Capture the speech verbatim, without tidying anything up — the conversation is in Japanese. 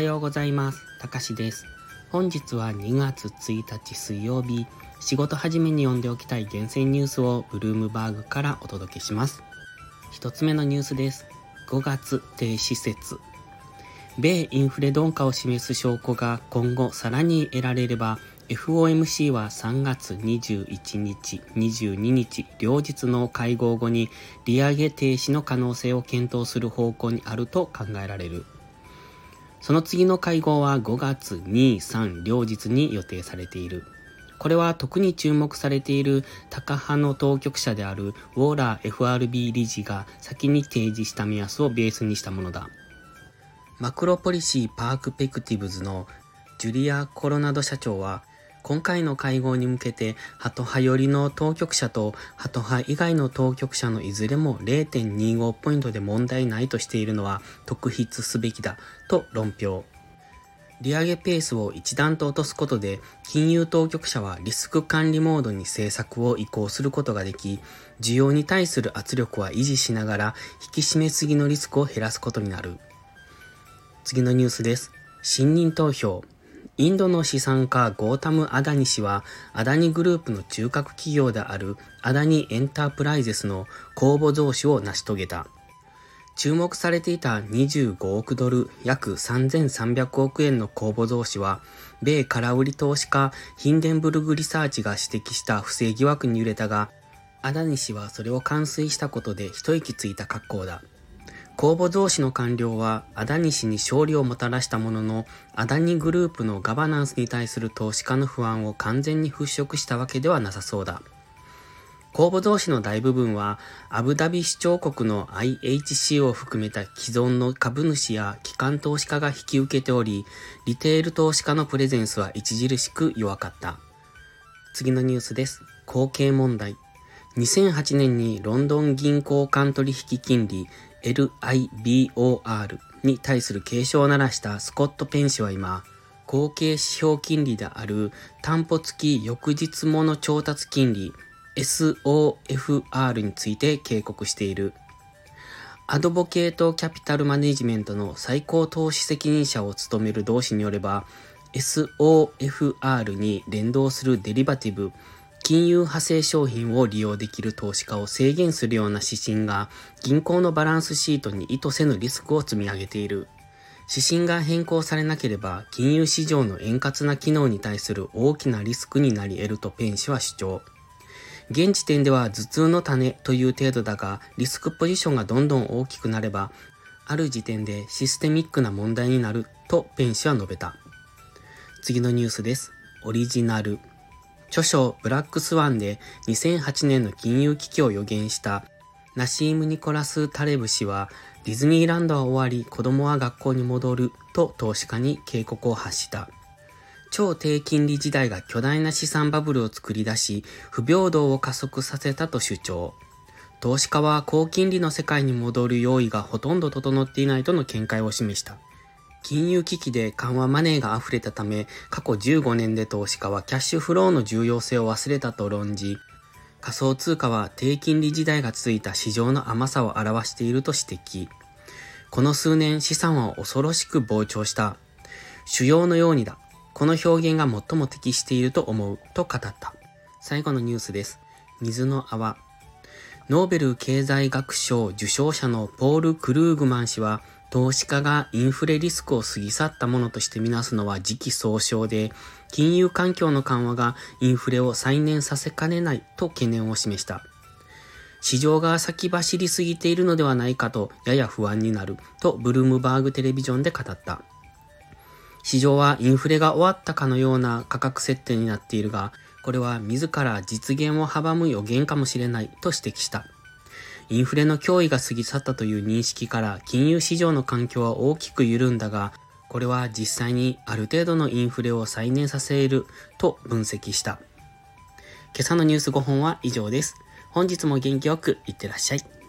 ようございます。たかしです。本日はにがつついたち水曜日、仕事始めに読んでおきたい厳選ニュースをブルームバーグからお届けします。一つ目のニュースです。ごがつ停止説。米インフレ鈍化を示す証拠が今後さらに得られれば、エフオーエムシー はさんがつにじゅういちにち、にじゅうににち両日の会合後に利上げ停止の可能性を検討する方向にあると考えられる。その次の会合はごがつに、さん両日に予定されている。これは特に注目されているタカ派の当局者であるウォーラー エフアールビー 理事が先に提示した目安をベースにしたものだ。マクロポリシーパークペクティブズのジュリア・コロナド社長は、今回の会合に向けてハト派寄りの当局者とハト派以外の当局者のいずれも れいてんにご ポイントで問題ないとしているのは特筆すべきだと論評。利上げペースを一段と落とすことで金融当局者はリスク管理モードに政策を移行することができ、需要に対する圧力は維持しながら引き締めすぎのリスクを減らすことになる。次のニュースです。信任投票。インドの資産家ゴータム・アダニ氏はアダニグループの中核企業であるアダニエンタープライゼスの公募増資を成し遂げた。注目されていたにじゅうごおくドル約さんぜんさんびゃくおくえんの公募増資は、米空売り投資家ヒンデンブルグリサーチが指摘した不正疑惑に揺れたが、アダニ氏はそれを完遂したことで一息ついた格好だ。公募増資の完了はアダニ氏に勝利をもたらしたものの、アダニグループのガバナンスに対する投資家の不安を完全に払拭したわけではなさそうだ。公募増資の大部分はアブダビ首長国の アイエイチシー を含めた既存の株主や機関投資家が引き受けており、リテール投資家のプレゼンスは著しく弱かった。次のニュースです。後継問題。にせんはちねんにロンドン銀行間取引金利 エルアイビーオーアール に対する警鐘を鳴らしたスコット・ペン氏は今、後継指標金利である担保付き翌日物調達金利 エスオーエフアール について警告している。アドボケートキャピタルマネジメントの最高投資責任者を務める同氏によれば、エスオーエフアール に連動するデリバティブ、金融派生商品を利用できる投資家を制限するような指針が銀行のバランスシートに意図せぬリスクを積み上げている。指針が変更されなければ金融市場の円滑な機能に対する大きなリスクになり得るとペン氏は主張。現時点では頭痛の種という程度だが、リスクポジションがどんどん大きくなれば、ある時点でシステミックな問題になるとペン氏は述べた。次のニュースです。オリジナル。著書ブラックスワンでにせんはちねんの金融危機を予言したナシーム・ニコラス・タレブ氏は、ディズニーランドは終わり子供は学校に戻ると投資家に警告を発した。超低金利時代が巨大な資産バブルを作り出し、不平等を加速させたと主張。投資家は高金利の世界に戻る用意がほとんど整っていないとの見解を示した。金融危機で緩和マネーが溢れたため、過去じゅうごねんで投資家はキャッシュフローの重要性を忘れたと論じ、仮想通貨は低金利時代が続いた市場の甘さを表していると指摘。この数年資産は恐ろしく膨張した。主要のようにだ。この表現が最も適していると思うと語った。最後のニュースです。水の泡。ノーベル経済学賞受賞者のポール・クルーグマン氏は、投資家がインフレリスクを過ぎ去ったものとしてみなすのは時期尚早で、金融環境の緩和がインフレを再燃させかねないと懸念を示した。市場が先走りすぎているのではないかとやや不安になるとブルームバーグテレビジョンで語った。市場はインフレが終わったかのような価格設定になっているが、これは自ら実現を阻む予言かもしれないと指摘した。インフレの脅威が過ぎ去ったという認識から金融市場の環境は大きく緩んだが、これは実際にある程度のインフレを再燃させると分析した。今朝のニュースごほんは以上です。本日も元気よくいってらっしゃい。